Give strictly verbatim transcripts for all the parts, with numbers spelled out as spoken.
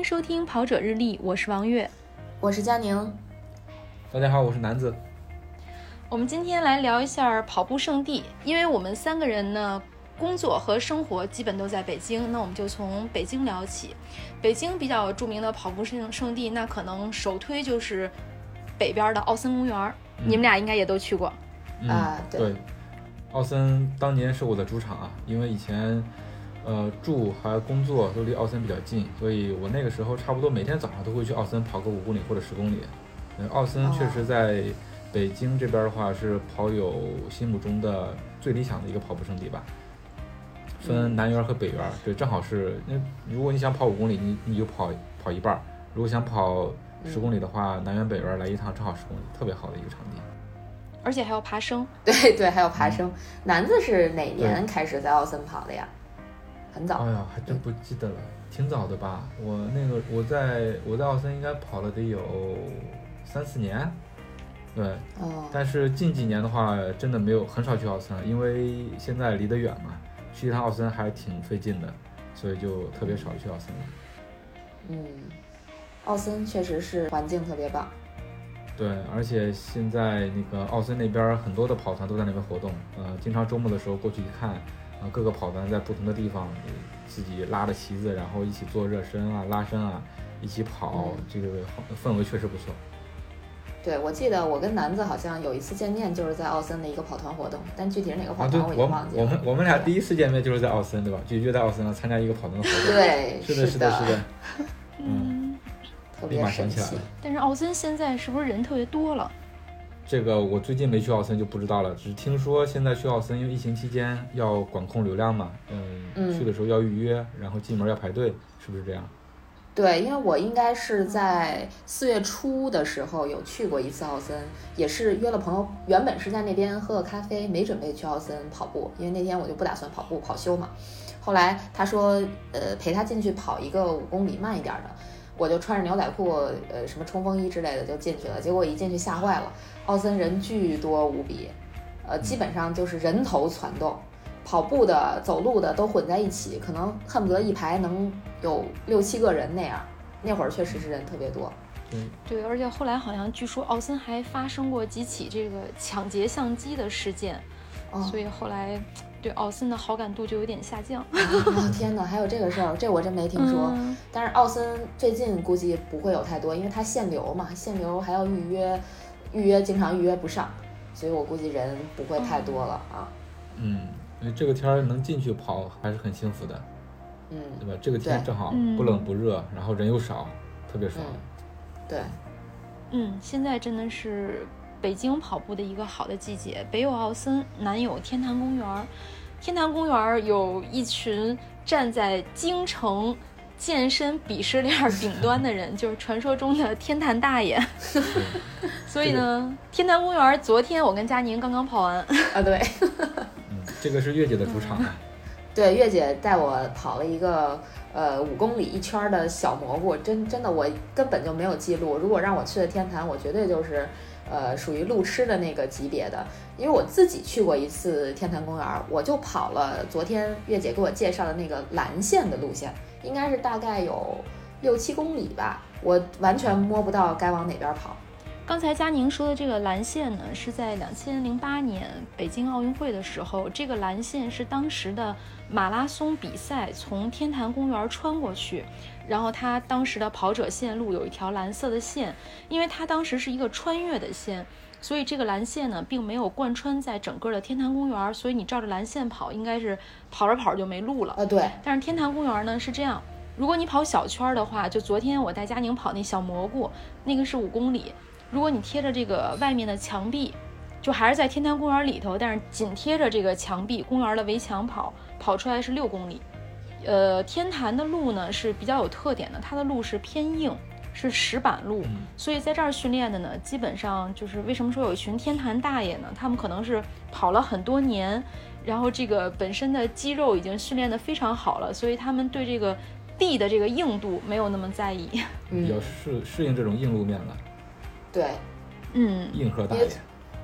收听跑者日历，我是王悦， 我是佳宁。 大家好，我是南子。 我们今天来聊一下跑步圣地，因为我们三个人呢工作和生活基本都在北京，那我们就从北京聊起。北京比较著名的跑步圣圣地，那可能首推就是北边的奥森公园、嗯、你们俩应该也都去过、 嗯、啊？对，对，奥森当年是我的主场啊，因为以前呃住还工作都离奥森比较近，所以我那个时候差不多每天早上都会去奥森跑个五公里或者十公里。奥森确实在北京这边的话是跑友心目中的最理想的一个跑步圣地吧，分南园和北园，对，正好是，那如果你想跑五公里，你你就跑跑一半；如果想跑十公里的话，嗯、南园北园来一趟正好十公里，特别好的一个场地。 而且还有爬升， 对对，还有爬升。嗯、南子是哪年开始在奥森跑的呀？很早。 哎呀，还真不记得了，挺早的吧？我那个我在我在奥森应该跑了得有三四年。对、哦，但是近几年的话，真的没有很少去奥森，因为现在离得远嘛，去一趟奥森还挺费劲的，所以就特别少去奥森了。 嗯，奥森确实是环境特别棒。 对，而且现在那个奥森那边很多的跑团都在那边活动，呃，经常周末的时候过去一看，呃，各个跑团在不同的地方自己拉着旗子，然后一起做热身啊、拉伸啊，一起跑，嗯、这个氛围确实不错。 对，我记得我跟南子好像有一次见面，就是在奥森的一个跑团活动，但具体是哪个跑团我也忘记了。 啊、我们我们俩第一次见面就是在奥森，对吧？就约在奥森了参加一个跑团的活动。 对， 是的，是的，是的。 嗯， 特别神奇。 但是奥森现在是不是人特别多了？ 这个我最近没去奥森就不知道了，只是听说现在去奥森，因为疫情期间要管控流量嘛，嗯，嗯去的时候要预约，然后进门要排队，是不是这样？ 对，因为我应该是在四月初的时候有去过一次奥森，也是约了朋友，原本是在那边喝个咖啡，没准备去奥森跑步，因为那天我就不打算跑步跑休嘛。后来他说，呃，陪他进去跑一个五公里慢一点的，我就穿着牛仔裤，呃，什么冲锋衣之类的就进去了。结果一进去吓坏了，奥森人巨多无比，呃，基本上就是人头攒动。跑步的、走路的都混在一起，可能恨不得一排能有六七个人那样。那会儿确实是人特别多。 嗯， 对，而且后来好像据说奥森还发生过几起这个抢劫相机的事件，哦、所以后来对奥森的好感度就有点下降。 哦天哪，还有这个事儿，这我真没听说。嗯、但是奥森最近估计不会有太多，因为它限流嘛，限流还要预约，预约经常预约不上，所以我估计人不会太多了啊。 嗯。因为这个天能进去跑还是很幸福的， 嗯， 对吧？这个天正好不冷不热，然后人又少，特别爽。 嗯、对， 嗯，现在真的是北京跑步的一个好的季节，北有奥森，南有天坛公园。天坛公园有一群站在京城健身鄙视链顶端的人，就是传说中的天坛大爷。所以呢，这个、天坛公园昨天我跟佳宁刚刚跑完啊，对。 这个是月姐的主场啊、 嗯，对，月姐带我跑了一个呃五公里一圈的小蘑菇，真真的我根本就没有记录。如果让我去的天坛，我绝对就是呃属于路痴的那个级别的，因为我自己去过一次天坛公园，我就跑了昨天月姐给我介绍的那个蓝线的路线，应该是大概有六七公里吧，我完全摸不到该往哪边跑。 刚才佳宁说的这个蓝线呢，是在两千零八年北京奥运会的时候，这个蓝线是当时的马拉松比赛从天坛公园穿过去，然后它当时的跑者线路有一条蓝色的线，因为它当时是一个穿越的线，所以这个蓝线呢并没有贯穿在整个的天坛公园，所以你照着蓝线跑，应该是跑着跑着就没路了啊。对。 但是天坛公园呢是这样，如果你跑小圈的话，就昨天我带佳宁跑那小蘑菇，那个是五公里。如果你贴着这个外面的墙壁，就还是在天坛公园里头，但是紧贴着这个墙壁公园的围墙跑，跑出来是六公里。呃，天坛的路呢是比较有特点的，它的路是偏硬，是石板路，所以在这儿训练的呢，基本上就是为什么说有一群天坛大爷呢？他们可能是跑了很多年，然后这个本身的肌肉已经训练得非常好了，所以他们对这个地的这个硬度没有那么在意， 比较适适应这种硬路面了。 对， 嗯， 硬核大爷。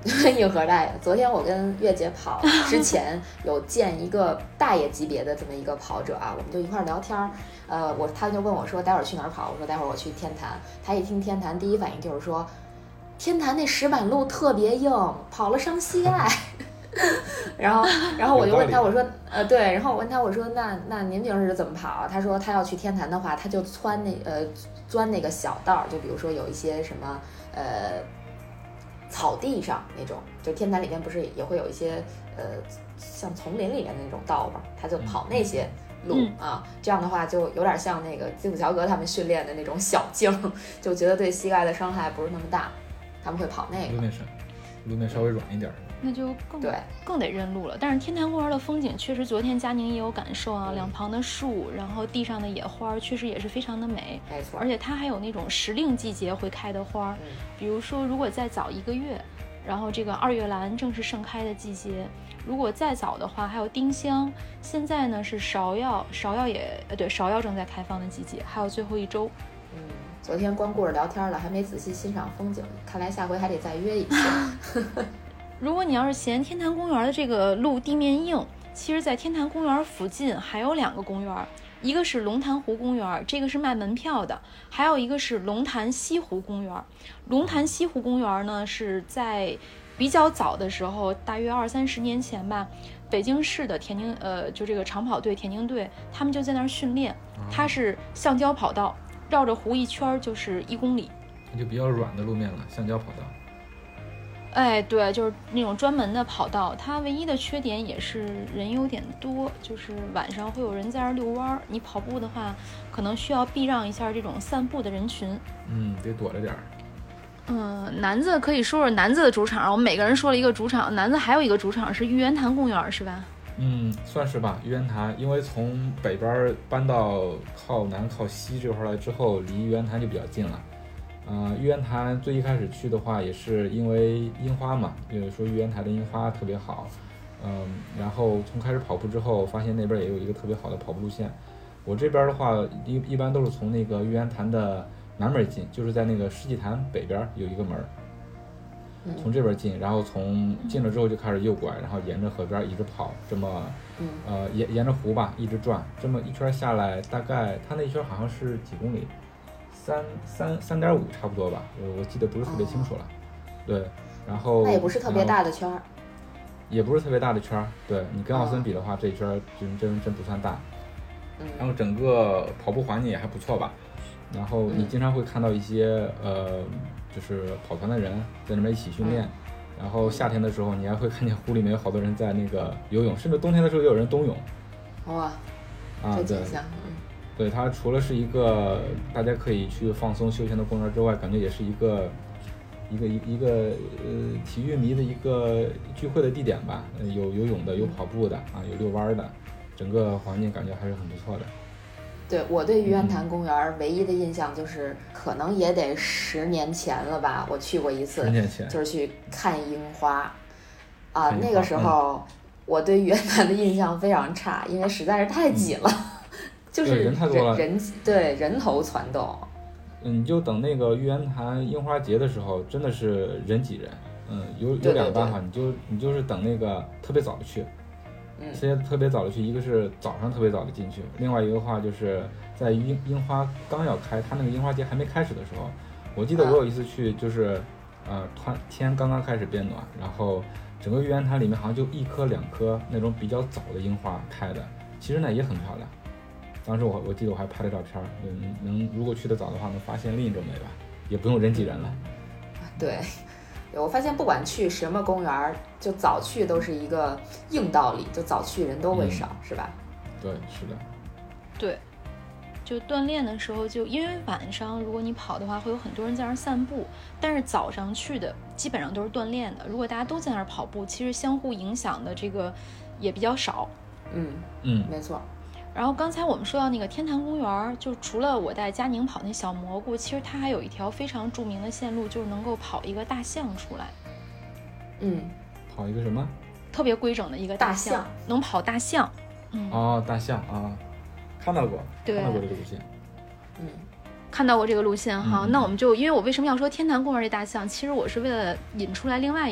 硬核大爷。昨天我跟月姐跑之前有见一个大爷级别的这么一个跑者啊，我们就一块聊天儿。呃，我他就问我说，待会儿去哪儿跑？我说待会儿我去天坛。他一听天坛，第一反应就是说，天坛那石板路特别硬，跑了伤膝盖。然后，然后我就问他，我说，呃，对，然后我问他，我说，那那您平时怎么跑？他说他要去天坛的话，他就窜那呃钻那个小道，就比如说有一些什么呃草地上那种，就天坛里面不是也会有一些呃像丛林里面的那种道嘛，他就跑那些路、 嗯、 啊，这样的话就有点像那个基普乔格他们训练的那种小径，就觉得对膝盖的伤害不是那么大，他们会跑那个。 路面上，路面稍微软一点。 那就更对更得认路了。但是天坛公园的风景确实，昨天佳宁也有感受啊，两旁的树，然后地上的野花，确实也是非常的美。 没错， 而且它还有那种时令季节会开的花， 嗯、 比如说如果再早一个月，然后这个二月兰正是盛开的季节。如果再早的话，还有丁香。现在呢是芍药，芍药也呃对，芍药正在开放的季节。还有最后一周。 嗯，昨天光顾着聊天了，还没仔细欣赏风景，看来下回还得再约一次。 如果你要是嫌天坛公园的这个路地面硬，其实在天坛公园附近还有两个公园，一个是龙潭湖公园，这个是卖门票的，还有一个是龙潭西湖公园。龙潭西湖公园呢是在比较早的时候，大约二三十年前吧，北京市的田径呃就这个长跑队田径队他们就在那儿训练，它是橡胶跑道，绕着湖一圈就是一公里， 就比较软的路面了，橡胶跑道。 哎，对，就是那种专门的跑道，它唯一的缺点也是人有点多，就是晚上会有人在那儿遛弯儿。你跑步的话，可能需要避让一下这种散步的人群。 嗯，得躲着点儿。 嗯，南子可以说说南子的主场，我们每个人说了一个主场，南子还有一个主场是玉渊潭公园，是吧？ 嗯，算是吧。玉渊潭，因为从北边搬到靠南靠西这块来之后，离玉渊潭就比较近了。呃，玉渊潭最一开始去的话，也是因为樱花嘛，就是说玉渊潭的樱花特别好，嗯，然后从开始跑步之后，发现那边也有一个特别好的跑步路线。我这边的话，一一般都是从那个玉渊潭的南门进，就是在那个世纪坛北边有一个门，从这边进，然后从进了之后就开始右拐，然后沿着河边一直跑，这么，呃，沿沿着湖吧一直转，这么一圈下来，大概它那一圈好像是几公里？三三三点五差不多吧，我我记得不是特别清楚了，哦、对，然后那也不是特别大的圈儿， 也不是特别大的圈儿，对你跟奥森比的话，哦、这一圈真真真不算大， 嗯， 然后整个跑步环境也还不错吧，然后你经常会看到一些、嗯、呃，就是跑团的人在那边一起训练，嗯、然后夏天的时候你还会看见湖里面有好多人在那个游泳，甚至冬天的时候也有人冬泳， 哇， 啊， 这景象，嗯。 对，它除了是一个大家可以去放松休闲的公园之外，感觉也是一个一个一一个呃体育迷的一个聚会的地点吧。有游泳的，有跑步的啊，有遛弯的，整个环境感觉还是很不错的。 对，我对玉渊潭公园唯一的印象就是，可能也得十年前了吧，我去过一次， 十年前就是去看樱花啊。那个时候、嗯、我对玉渊潭的印象非常差，因为实在是太挤了。嗯就是人人太多了， 人对人头攒动。 嗯，你就等那个玉渊潭樱花节的时候，真的是人挤人。嗯，有有两个办法，你就你就是等那个特别早的去，嗯，现在特别早的去，一个是早上特别早的进去，另外一个话就是在樱樱花刚要开，它那个樱花节还没开始的时候，我记得我有一次去，就是、啊、呃天刚刚开始变暖，然后整个玉渊潭里面好像就一颗两颗那种比较早的樱花开的，其实呢也很漂亮。当时我我记得我还拍了照片，嗯，能如果去得早的话，能发现另一种美吧，也不用人挤人了。 对，我发现不管去什么公园，就早去都是一个硬道理，就早去人都会少，嗯、是吧？ 对，是的。 对，就锻炼的时候就，因为晚上如果你跑的话，会有很多人在那儿散步，但是早上去的基本上都是锻炼的。如果大家都在那儿跑步，其实相互影响的这个也比较少。 嗯嗯， 没错。 然后刚才我们说到那个天坛公园，就除了我带佳宁跑那小蘑菇，其实它还有一条非常著名的线路，就是能够跑一个大象出来。 嗯， 跑一个什么？ 特别规整的一个大象， 大象能跑大象。嗯， 哦，大象啊，看到过， 对， 看到过这个路线。 嗯， 看到过这个路线哈。 嗯、 那我们就，因为我为什么要说天坛公园这大象？其实我是为了引出来另外一个。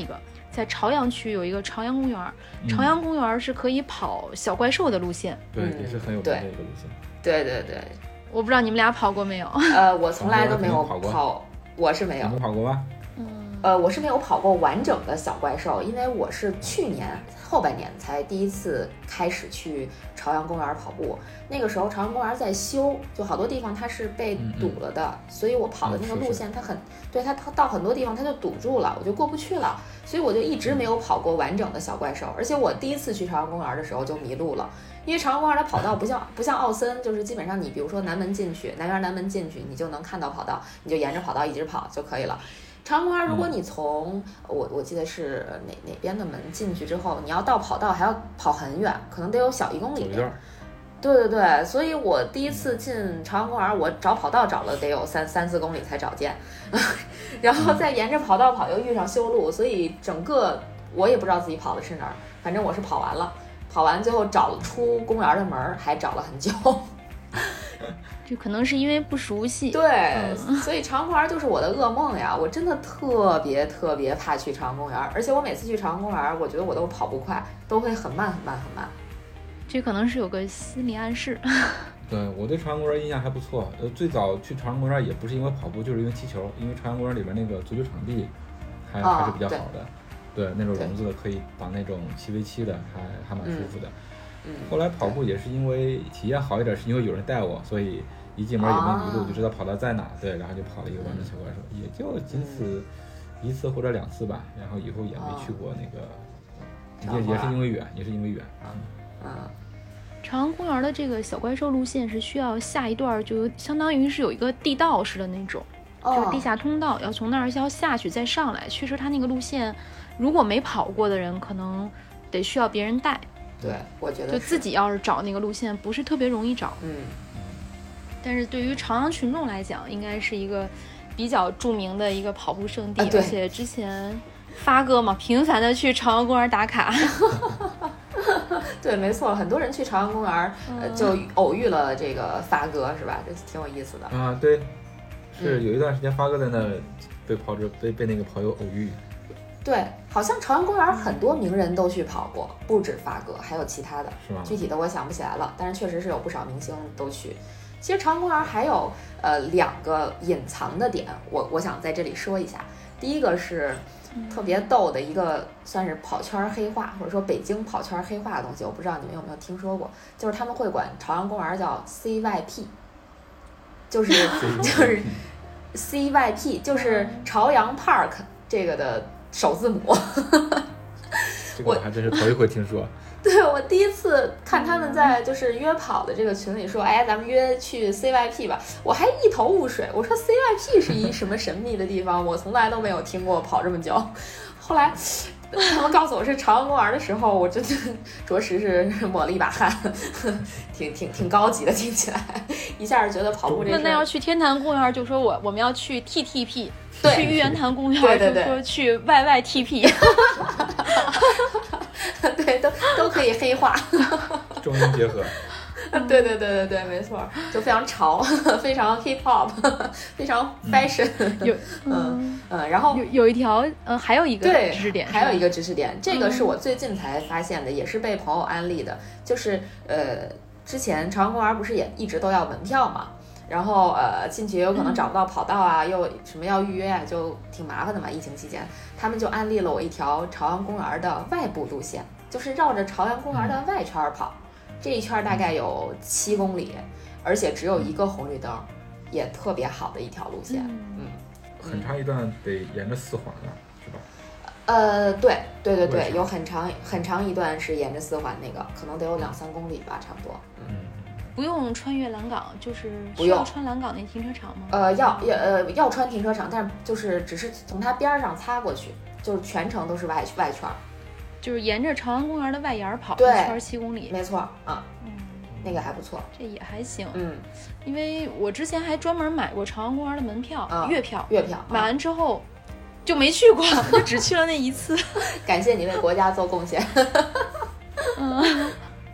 在朝阳区有一个朝阳公园， 嗯、 朝阳公园是可以跑小怪兽的路线， 对，也是很有名的一个路线。 对对对， 我不知道你们俩跑过没有？ 呃，我从来都没有跑过， 跑我是没有。 你们跑过吧？ 嗯， 呃，我是没有跑过完整的小怪兽，因为我是去年后半年才第一次开始去朝阳公园跑步。那个时候朝阳公园在修，就好多地方它是被堵了的，嗯嗯所以我跑的那个路线它很，嗯、对它它到很多地方它就堵住了，我就过不去了，所以我就一直没有跑过完整的小怪兽。而且我第一次去朝阳公园的时候就迷路了。因为朝阳公园的跑道不像不像奥森，就是基本上你比如说南门进去，南园南门进去，你就能看到跑道，你就沿着跑道一直跑就可以了。朝阳公园如果你从、嗯、我我记得是哪哪边的门进去之后，你要到跑道还要跑很远，可能得有小一公里。对对对，所以我第一次进朝阳公园，我找跑道找了得有三三四公里才找见，然后再沿着跑道跑又遇上修路，所以整个我也不知道自己跑的是哪儿，反正我是跑完了。跑完最后找出公园的门还找了很久， 这可能是因为不熟悉。 对、嗯、所以朝阳公园就是我的噩梦呀，我真的特别特别怕去朝阳公园，而且我每次去朝阳公园我觉得我都跑不快，都会很慢很慢很慢。 这可能是有个心理暗示。 对，我对朝阳公园印象还不错，呃，最早去朝阳公园也不是因为跑步，就是因为踢球，因为朝阳公园里边那个足球场地还、哦、还是比较好的。对，那种笼子的可以绑那种七 v 七的，还还蛮舒服的。 嗯， 后来跑步也是因为体验好一点，是因为有人带我，所以一进门也没迷路，就知道跑道在哪。对，然后就跑了一个完整小怪兽，也就仅此一次或者两次吧。然后以后也没去过那个，也也是因为远，也是因为远啊。 嗯。 朝阳公园的这个小怪兽路线是需要下一段，就相当于是有一个地道似的那种。就是地下通道，要从那儿要下去再上来。确实，它那个路线，如果没跑过的人，可能得需要别人带。 对，我觉得就自己要是找那个路线，不是特别容易找。 嗯。 但是对于朝阳群众来讲，应该是一个比较著名的一个跑步圣地， 啊、 而且之前发哥嘛，频繁的去朝阳公园打卡。 对，没错，很多人去朝阳公园，呃，就偶遇了这个发哥，是吧？这挺有意思的。 啊，对。是有一段时间发哥在那被跑者被被那个跑友偶遇。 对，好像朝阳公园很多名人都去跑过，不止发哥，还有其他的， 是吗？ 具体的我想不起来了，但是确实是有不少明星都去。其实朝阳公园还有呃两个隐藏的点，我我想在这里说一下。第一个是特别逗的一个，算是跑圈黑话，或者说北京跑圈黑话的东西，我不知道你们有没有听说过，就是他们会管朝阳公园叫 C Y P。就是就是 C Y P 就是朝阳 Park 这个的首字母。 这个我还真是头一回听说。 对，我第一次看他们在就是约跑的这个群里说，哎，咱们约去 C Y P 吧，我还一头雾水，我说 C Y P 是一什么神秘的地方，我从来都没有听过跑这么久。后来他们告诉我是朝阳公园的时候，我真的着实是抹了一把汗，挺挺挺高级的，听起来一下觉得跑步这事。 那那要去天坛公园，就说我我们要去 T T P， 对， 去玉渊潭公园对对对就说去 Y Y T P， 对，都都可以黑化， 中英结合。 对对对对对，没错，就非常潮，非常 hip hop， 非常 fashion， 嗯、有嗯嗯，然后有有一条呃，还有一个知识点， 还有一个知识点，这个是我最近才发现的，嗯、也是被朋友安利的，就是呃，之前朝阳公园不是也一直都要门票嘛，然后呃进去也有可能找不到跑道啊，嗯、又什么要预约啊，就挺麻烦的嘛。疫情期间，他们就安利了我一条朝阳公园的外部路线，就是绕着朝阳公园的外圈跑。这一圈大概有七公里，而且只有一个红绿灯，也特别好的一条路线。嗯， 很长一段得沿着四环了，是吧？ 呃，对对对对，有很长很长一段是沿着四环，那个可能得有两三公里吧，差不多。 嗯，不用穿越蓝港，就是需要穿蓝港那停车场吗？ 呃，要要呃要穿停车场，但是就是只是从它边上擦过去，就是全程都是外外圈。 就是沿着朝阳公园的外沿跑，一圈七公里， 没错啊，嗯，那个还不错， 这也还行， 嗯， 因为我之前还专门买过朝阳公园的门票， 啊、 月票， 月票， 买完之后就没去过，就只去了那一次。 感谢你为国家做贡献。 嗯，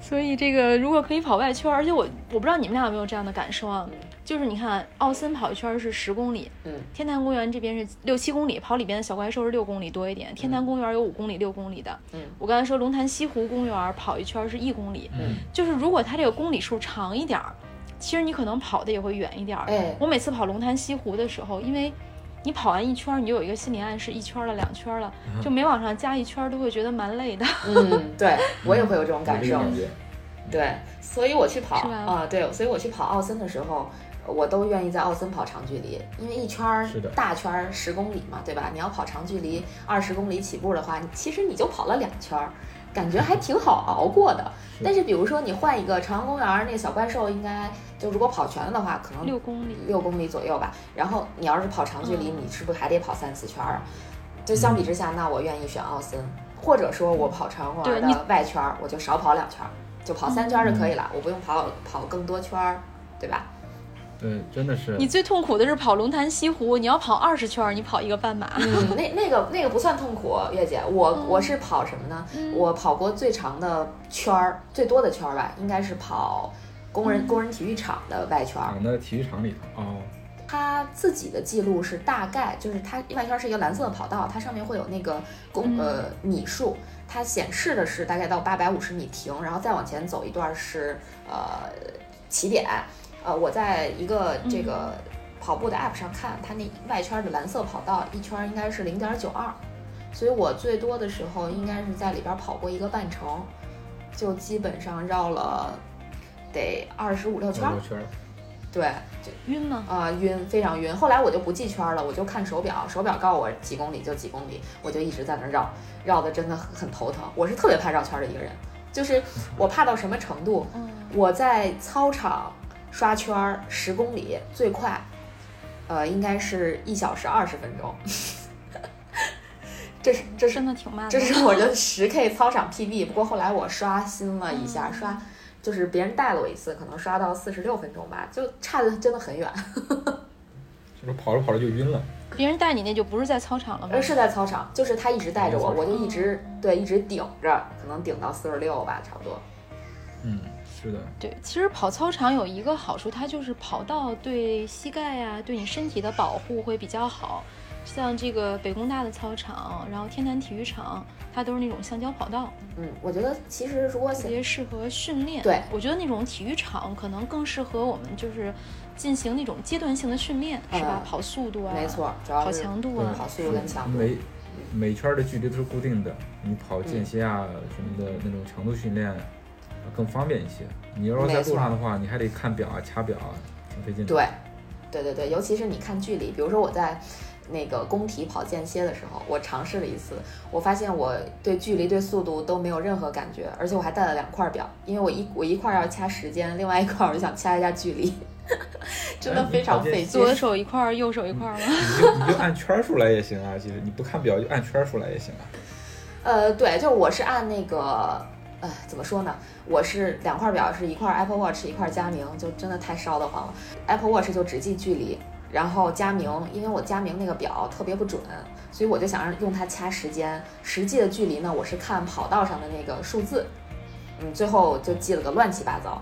所以这个如果可以跑外圈，而且我我不知道你们俩有没有这样的感受啊，就是你看奥森跑一圈是十公里， 嗯， 天坛公园这边是六七公里，跑里边的小怪兽是六公里多一点，天坛公园有五公里、六公里的， 嗯， 我刚才说龙潭西湖公园跑一圈是一公里， 嗯， 就是如果它这个公里数长一点，其实你可能跑的也会远一点。 哎， 我每次跑龙潭西湖的时候，因为你跑完一圈，你就有一个心理暗示，一圈了、两圈了，就每往上加一圈，都会觉得蛮累的。 嗯，对我也会有这种感受。 感觉对，所以我去跑啊、 呃，对，所以我去跑奥森的时候，我都愿意在奥森跑长距离，因为一圈大圈十公里嘛，对吧？你要跑长距离二十公里起步的话，其实你就跑了两圈，感觉还挺好熬过的。但是比如说你换一个朝阳公园那个小怪兽，应该就如果跑全了的话，可能六公里， 六公里左右吧。然后你要是跑长距离，嗯、你是不是还得跑三四圈啊？就相比之下，那我愿意选奥森，或者说我跑朝阳公园的外圈，我就少跑两圈，就跑三圈就可以了，嗯、我不用跑跑更多圈，对吧？ 对，真的是。 你最痛苦的是跑龙潭西湖，你要跑二十圈，你跑一个半马。 嗯，那那个那个不算痛苦，月姐，我、嗯、我是跑什么呢？嗯、我跑过最长的圈儿，最多的圈儿吧，应该是跑工人、嗯、工人体育场的外圈。 啊，那体育场里头哦。 他自己的记录是大概就是他外圈是一个蓝色的跑道，它上面会有那个公、嗯、呃米数，它显示的是大概到八百五十米停，然后再往前走一段是呃起点。呃，我在一个这个跑步的 app 上看，它那外圈的蓝色跑道一圈应该是零点九二，所以我最多的时候应该是在里边跑过一个半程，就基本上绕了得二十五六圈。 圈对， 就晕吗？ 啊、呃，晕，非常晕。后来我就不记圈了，我就看手表，手表告诉我几公里就几公里，我就一直在那绕，绕的真的很很头疼。我是特别怕绕圈的一个人，就是我怕到什么程度？我在操场刷圈十公里最快，呃，应该是一小时二十分钟。这是这是真的挺慢的。 这是我的十 K 操场 P B。不过后来我刷新了一下，嗯、刷就是别人带了我一次，可能刷到四十六分钟吧，就差的真的很远。 就是跑着跑着就晕了。 别人带你那就不是在操场了吗？ 呃，是在操场，就是他一直带着我，我就一直对一直顶着，可能顶到四十六吧，差不多。 嗯。是的， 对，其实跑操场有一个好处，它就是跑道对膝盖啊，对你身体的保护会比较好。像这个北工大的操场，然后天坛体育场，它都是那种橡胶跑道。 嗯，我觉得其实如果特别适合训练。 对， 我觉得那种体育场可能更适合我们就是进行那种阶段性的训练，嗯、是吧？跑速度啊， 没错，主要跑强度啊， 跑速度跟强度。 每每圈的距离都是固定的，你跑间歇啊、嗯、什么的那种强度训练。更方便一些。你要是在路上的话，你还得看表啊、掐表啊，挺费劲的。 对，对对对，尤其是你看距离，比如说我在那个工体跑间歇的时候，我尝试了一次，我发现我对距离、对速度都没有任何感觉，而且我还带了两块表，因为我一我一块要掐时间，另外一块我就想掐一下距离，真的非常费劲。 左手一块，右手一块吗？ 你就你就按圈数来也行啊，其实你不看表就按圈数来也行啊。 呃，对，就我是按那个。呃，怎么说呢？我是两块表，是一块 Apple Watch， 一块佳明，就真的太烧得慌了。Apple Watch 就只记距离，然后佳明，因为我佳明那个表特别不准，所以我就想让用它掐时间。实际的距离呢，我是看跑道上的那个数字，嗯，最后就记了个乱七八糟。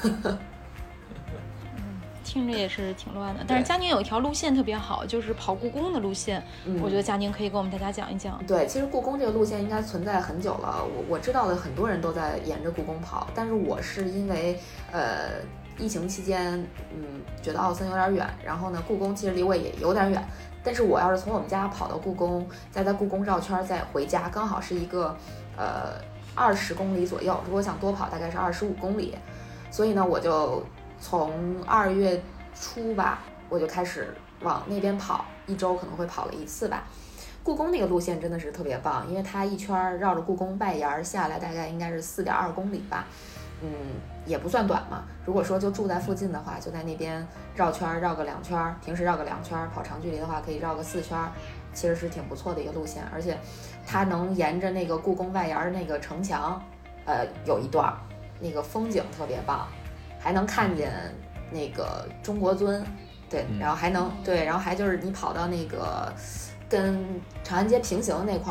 听着也是挺乱的，但是佳宁有一条路线特别好，就是跑故宫的路线，嗯、我觉得佳宁可以给我们大家讲一讲。 对，其实故宫这个路线应该存在很久了，我我知道的很多人都在沿着故宫跑，但是我是因为呃疫情期间，嗯，觉得奥森有点远，然后呢，故宫其实离我也有点远，但是我要是从我们家跑到故宫，再在故宫绕圈再回家，刚好是一个呃二十公里左右，如果想多跑大概是二十五公里，所以呢，我就从二月初吧，我就开始往那边跑，一周可能会跑个一次吧。故宫那个路线真的是特别棒，因为它一圈绕着故宫外沿下来，大概应该是四点二公里吧，嗯，也不算短嘛。如果说就住在附近的话，就在那边绕圈绕个两圈，平时绕个两圈，跑长距离的话可以绕个四圈，其实是挺不错的一个路线。而且它能沿着那个故宫外沿的那个城墙，呃，有一段那个风景特别棒。还能看见那个中国尊，对，然后还能对，然后还就是你跑到那个跟长安街平行的那块儿，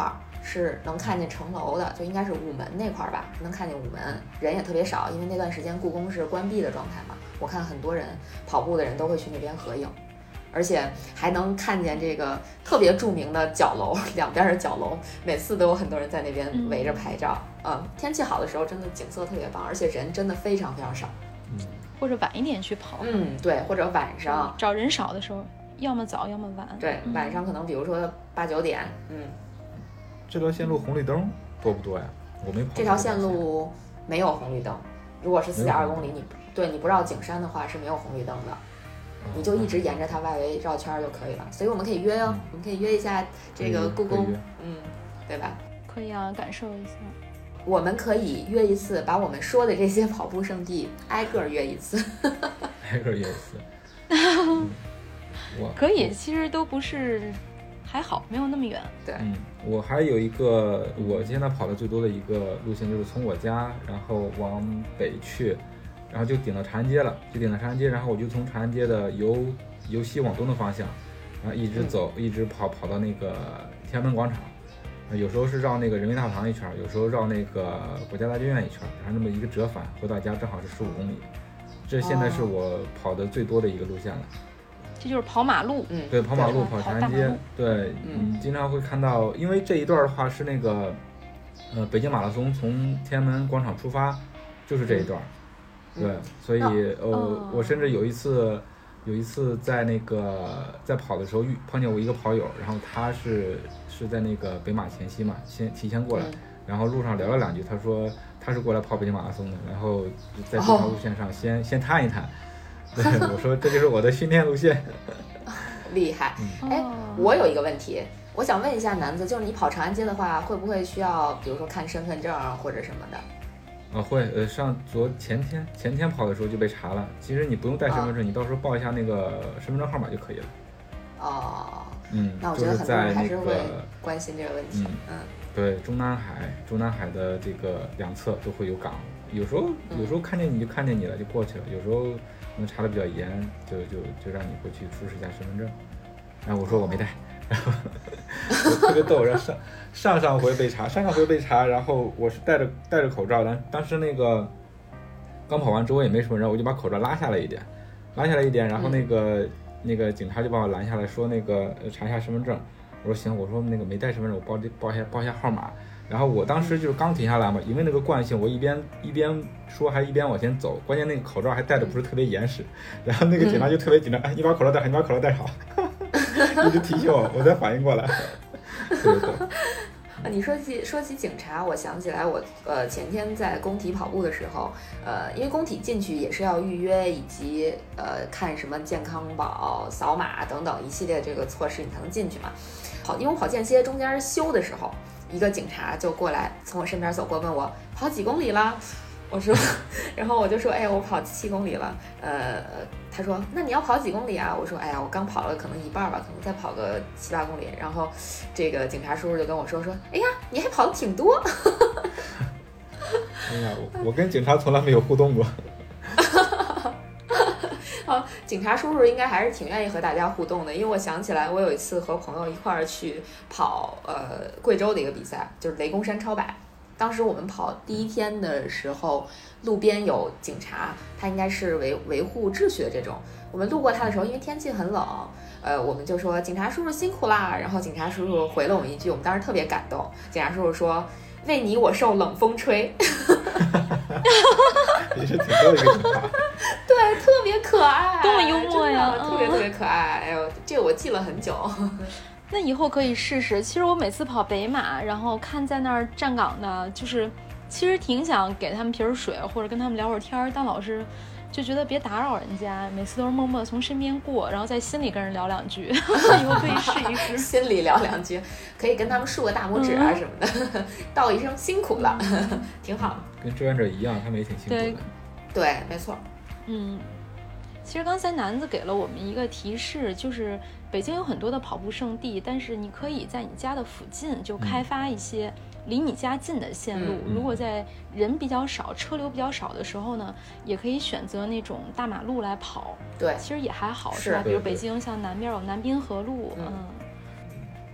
是能看见城楼的，就应该是午门那块儿吧，能看见午门，人也特别少，因为那段时间故宫是关闭的状态嘛。我看很多人跑步的人都会去那边合影，而且还能看见这个特别著名的角楼，两边是角楼，每次都有很多人在那边围着拍照。嗯, 嗯，天气好的时候真的景色特别棒，而且人真的非常非常少。 嗯， 或者晚一点去跑。 嗯，对，或者晚上找人少的时候，要么早要么晚。 对， 嗯、 晚上可能比如说八九点。嗯， 这条线路红绿灯多不多呀？我没跑。 这条线路没有红绿灯，如果是四点二公里，你对你不绕景山的话是没有红绿灯的。你就一直沿着它外围绕圈就可以了，所以我们可以约哦，嗯、我们可以约一下这个故宫，嗯，对吧？ 可以啊，感受一下。 我们可以约一次，把我们说的这些跑步圣地挨个约一次， 挨个约一次。嗯、我可以，其实都不是，还好，没有那么远。 对， 嗯，我还有一个我现在跑的最多的一个路线，就是从我家然后往北去。然后就顶到长安街了，就顶到长安街，然后我就从长安街的由由西往东的方向，然后一直走，嗯、一直跑跑到那个天安门广场，有时候是绕那个人民大会堂一圈，有时候绕那个国家大剧院一圈，然后那么一个折返回到家正好是十五公里，这现在是我跑的最多的一个路线了。 哦、这就是跑马路， 嗯， 对，跑马路，跑长安街，对， 嗯， 你经常会看到，因为这一段的话是那个，呃，北京马拉松从天安门广场出发，就是这一段。嗯对，所以呃，哦、我甚至有一次，有一次在那个在跑的时候遇碰见我一个跑友，然后他是是在那个北马前夕嘛，先提前过来，嗯、然后路上聊了两句，他说他是过来跑北京马拉松的，然后在这条路线上先、哦、先探一探，对，我说这就是我的训练路线， 厉害。哎，我有一个问题，我想问一下南子，就是你跑长安街的话，会不会需要比如说看身份证或者什么的？ 啊会，呃，上昨前天前天跑的时候就被查了。其实你不用带身份证，哦、你到时候报一下那个身份证号码就可以了。 哦， 嗯， 那我觉得很多人还是会关心这个问题。 就是、嗯, 嗯，对，中南海中南海的这个两侧都会有岗，有时候有时候看见你就看见你了就过去了，有时候能查的比较严，就就就让你过去出示一下身份证。然后我说我没带。然后我特别逗，然后上上上回被查，上上回被查，然后我是戴着戴着口罩，但当时那个刚跑完周围也没什么人，我就把口罩拉下来一点，拉下来一点，然后那个、嗯、那个警察就把我拦下来，说那个查一下身份证，我说行，我说那个没带身份证，我报报一下报一下号码，然后我当时就是刚停下来嘛，因为那个惯性，我一边一边说还一边往前走，关键那个口罩还戴的不是特别严实，然后那个警察就特别紧张，哎，你把口罩戴好，你把口罩戴好。一直提醒我，我才反应过来。对对。 你说起说起警察，我想起来我呃前天在工体跑步的时候，呃因为工体进去也是要预约，以及呃看什么健康宝、扫码等等一系列这个措施，你才能进去嘛。跑，因为我跑间歇中间休的时候，一个警察就过来从我身边走过，问我跑几公里了。我说，然后我就说，哎，我跑七公里了。呃，他说，那你要跑几公里啊？我说，哎呀，我刚跑了可能一半吧，可能再跑个七八公里。然后这个警察叔叔就跟我说说，哎呀，你还跑得挺多。 哎呀，我我跟警察从来没有互动过。 好，警察叔叔应该还是挺愿意和大家互动的，因为我想起来，我有一次和朋友一块儿去跑呃贵州的一个比赛，就是雷公山超百。当时我们跑第一天的时候，路边有警察，他应该是维维护秩序的这种。我们路过他的时候，因为天气很冷，呃，我们就说警察叔叔辛苦啦。然后警察叔叔回了我们一句，我们当时特别感动。警察叔叔说：“为你我受冷风吹。” 也是挺逗的一个警察。 对，特别可爱， 多么幽默呀， 特别特别可爱。哎呦，这个我记了很久。 那以后可以试试。其实我每次跑北马，然后看在那儿站岗的，就是其实挺想给他们瓶水，或者跟他们聊会儿天，但老是就觉得别打扰人家，每次都是默默从身边过，然后在心里跟人聊两句。以后可以试一试， 心里聊两句，可以跟他们竖个大拇指啊什么的，嗯、道一声辛苦了，挺好。 跟志愿者一样，他们也挺辛苦的。 对，对，没错。 嗯，其实刚才南子给了我们一个提示，就是北京有很多的跑步圣地，但是你可以在你家的附近就开发一些离你家近的线路。嗯、如果在人比较少、车流比较少的时候呢，也可以选择那种大马路来跑。 对， 其实也还好， 是吧？比如北京像南边有南滨河路，嗯。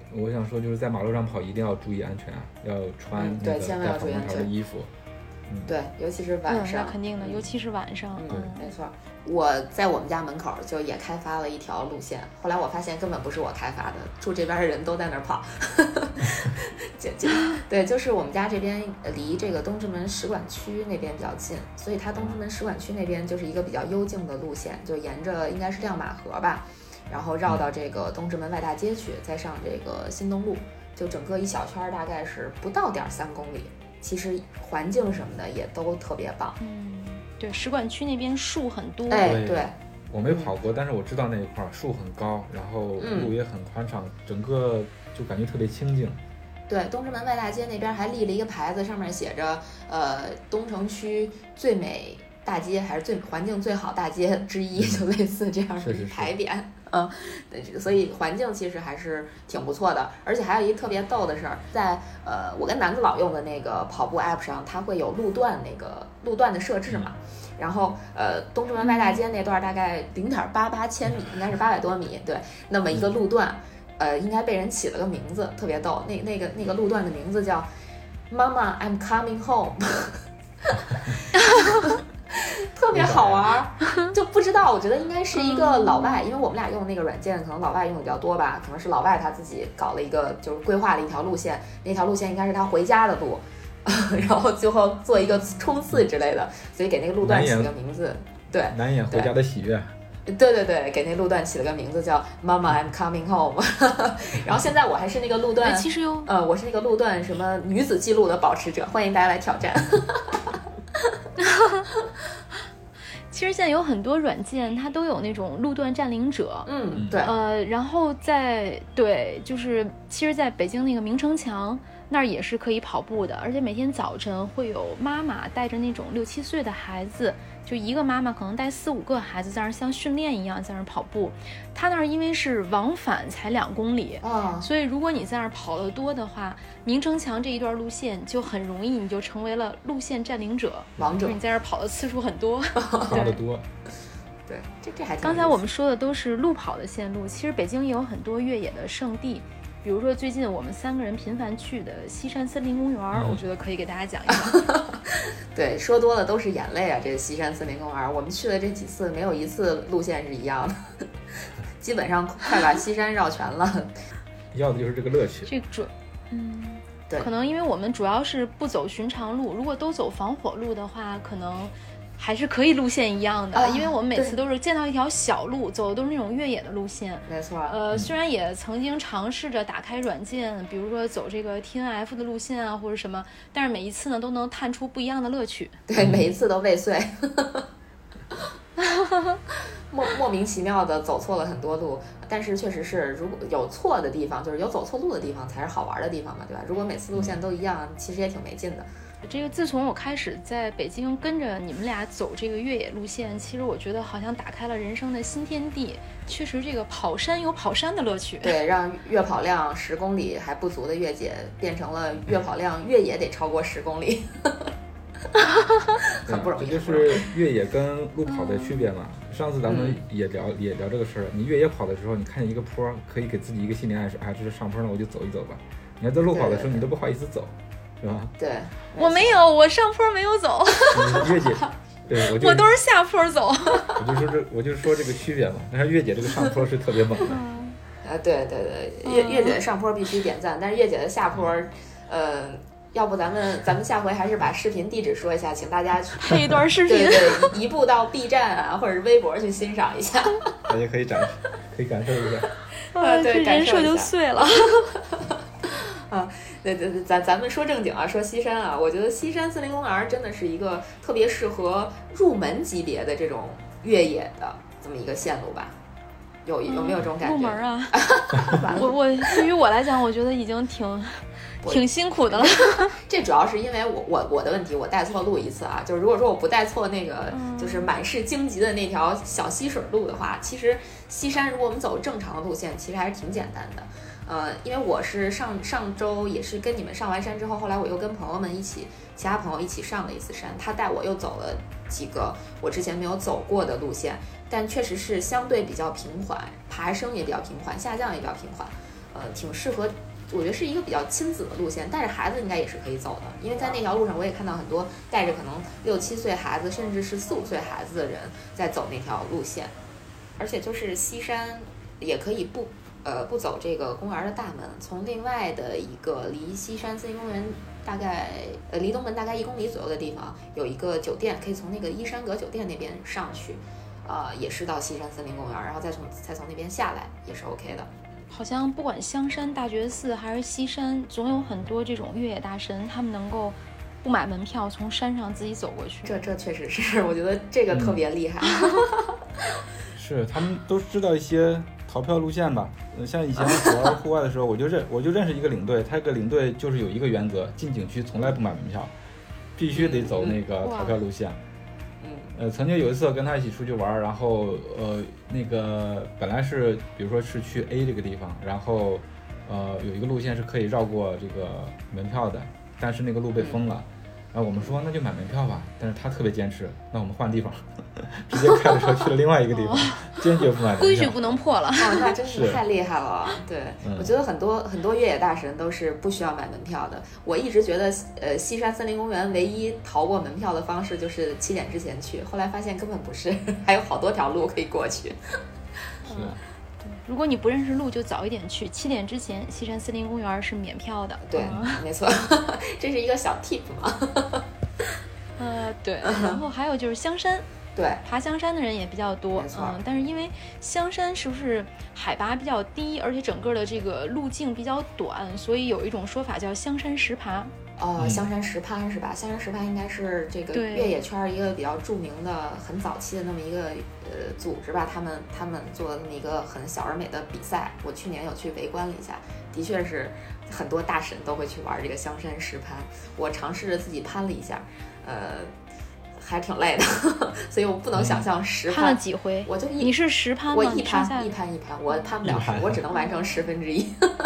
我想说就是在马路上跑一定要注意安全啊，要穿嗯那个对千万要带防风注意安全条的衣服。嗯， 对，尤其是晚嗯， 上， 那肯定的，尤其是晚上。 嗯， 嗯， 没错。我在我们家门口就也开发了一条路线，后来我发现根本不是我开发的，住这边的人都在那儿跑。就就对，就是我们家这边离这个东直门使馆区那边比较近，所以它东直门使馆区那边就是一个比较幽静的路线，就沿着应该是亮马河吧，然后绕到这个东直门外大街去，再上这个新东路，就整个一小圈大概是不到点三公里。其实环境什么的也都特别棒。 嗯，对，使馆区那边树很多。 哎， 对对， 我没跑过，但是我知道那一块树很高，然后路也很宽敞，整个就感觉特别清静。 对，东直门外大街那边还立了一个牌子，上面写着呃东城区最美大街还是最环境最好大街之一，就类似这样的牌匾。嗯，对，所以环境其实还是挺不错的，而且还有一个特别逗的事儿，在呃我跟南子老用的那个跑步 app 上，它会有路段那个路段的设置嘛，然后呃东直门外大街那段大概零点八八千米，应该是八百多米，对，那么一个路段，呃应该被人起了个名字，特别逗，那那个那个路段的名字叫 Mama I'm coming home。特别好玩，就不知道，我觉得应该是一个老外，因为我们俩用的那个软件，可能老外用的比较多吧，可能是老外他自己搞了一个，就是规划了一条路线，那条路线应该是他回家的路，然后最后做一个冲刺之类的，所以给那个路段起了个名字，对， 难掩回家的喜悦。 对对对，给那路段起了个名字叫 Mama I'm coming home。然后现在我还是那个路段， 其实有， 呃，我是那个路段什么女子记录的保持者，欢迎大家来挑战。 其实现在有很多软件，它都有那种路段占领者， 嗯，对， 呃，然后在对，就是其实在北京那个明城墙那儿也是可以跑步的，而且每天早晨会有妈妈带着那种六七岁的孩子，就一个妈妈可能带四五个孩子在那儿像训练一样在那儿跑步。他那儿因为是往返才两公里， 哦， 所以如果你在那儿跑得多的话，明城墙这一段路线就很容易，你就成为了路线占领者， 王者。 就是你在那儿跑的次数很多， 跑得多。 对，这这还挺。 刚才我们说的都是路跑的线路，其实北京也有很多越野的圣地。比如说最近我们三个人频繁去的西山森林公园，嗯、我觉得可以给大家讲一讲。 对，说多了都是眼泪啊！这个西山森林公园，我们去的这几次没有一次路线是一样的，基本上快把西山绕全了。 要的就是这个乐趣。 这主，嗯， 对， 可能因为我们主要是不走寻常路，如果都走防火路的话，可能还是可以路线一样的， 啊、 因为我们每次都是见到一条小路，走的都是那种越野的路线。 没错。 呃，虽然也曾经尝试着打开软件，比如说走这个 T N F 的路线啊，或者什么，但是每一次呢都能探出不一样的乐趣。 对，每一次都未遂。莫莫名其妙的走错了很多路，但是确实是，如果有错的地方，就是有走错路的地方才是好玩的地方嘛，对吧？如果每次路线都一样，其实也挺没劲的。 这个自从我开始在北京跟着你们俩走这个越野路线，其实我觉得好像打开了人生的新天地。确实，这个跑山有跑山的乐趣。 对，让月跑量十公里还不足的月姐变成了月跑量越野得超过十公里。很不容易。 这就是越野跟路跑的区别嘛。嗯、上次咱们也聊、嗯、也聊这个事儿，你越野跑的时候，你看见一个坡，可以给自己一个心理暗示，哎，这是上坡了，我就走一走吧。你要在路跑的时候，你都不好意思走。是吧？ 对， 我没有，我上坡没有走。 月姐，对我就我都是下坡走。 我就说这，我就说这个区别嘛。但是月姐这个上坡是特别猛的。 啊，对对对，月月姐的上坡必须点赞，但是月姐的下坡，呃，要不咱们咱们下回还是把视频地址说一下，请大家去配一段视频， 对对，移步到 B 站啊或者是微博去欣赏一下， 大家可以展可以感受一下。 啊，对， 人设就碎了。 啊，对对对，咱咱们说正经啊，说西山啊，我觉得西山森林公园真的是一个特别适合入门级别的这种越野的这么一个线路吧？有有没有这种感觉？ 入门啊！我我对于我来讲，我觉得已经挺挺辛苦的了。 这主要是因为我我我的问题，我带错路一次啊。就是如果说我不带错那个，就是满是荆棘的那条小溪水路的话，其实西山如果我们走正常的路线，其实还是挺简单的。呃，因为我是上上周也是跟你们上完山之后，后来我又跟朋友们一起，其他朋友一起上了一次山，他带我又走了几个我之前没有走过的路线，但确实是相对比较平缓，爬升也比较平缓，下降也比较平缓。 呃挺适合。我觉得是一个比较亲子的路线，带着孩子应该也是可以走的，因为在那条路上我也看到很多带着可能六七岁孩子甚至是四五岁孩子的人在走那条路线。而且就是西山也可以不呃不走这个公园的大门，从另外的一个离西山森林公园大概呃离东门大概一公里左右的地方有一个酒店，可以从那个依山阁酒店那边上去，呃也是到西山森林公园，然后再从再从那边下来也是 OK 的。 好像不管香山大觉寺还是西山，总有很多这种越野大神，他们能够不买门票从山上自己走过去。 这这确实是，我觉得这个特别厉害。 嗯、是，他们都知道一些逃票路线吧？呃，像以前我玩户外的时候，我就认我就认识一个领队，他这个领队就是有一个原则，进景区从来不买门票，必须得走那个逃票路线。 嗯， 呃，曾经有一次跟他一起出去玩，然后呃，那个本来是比如说是去 A 这个地方，然后呃有一个路线是可以绕过这个门票的，但是那个路被封了。嗯，然后我们说那就买门票吧，但是他特别坚持，那我们换地方，直接开着车去了另外一个地方，坚决不买门票。 规矩不能破了。 哦，那真是太厉害了。对、 嗯， 我觉得很多很多越野大神都是不需要买门票的。我一直觉得，呃，西山森林公园唯一逃过门票的方式就是七点之前去，后来发现根本不是，还有好多条路可以过去。 是。 如果你不认识路，就早一点去。七点之前，西山森林公园是免票的。 对，嗯、没错，这是一个小 tip 嘛。 呃，对。然后还有就是香山， 对， 爬香山的人也比较多。嗯，但是因为香山是不是海拔比较低，而且整个的这个路径比较短，所以有一种说法叫香山石爬。 哦，香山石攀是吧？香山石攀应该是这个越野圈一个比较著名的、很早期的那么一个呃组织吧。他们他们做的那么一个很小而美的比赛，我去年有去围观了一下，的确是很多大神都会去玩这个香山石攀。我尝试着自己攀了一下，呃，还挺累的，所以我不能想象石攀。 攀了几回？ 我就一你是石攀吗？ 我一攀一攀一攀，我攀不了十，我只能完成十分之一。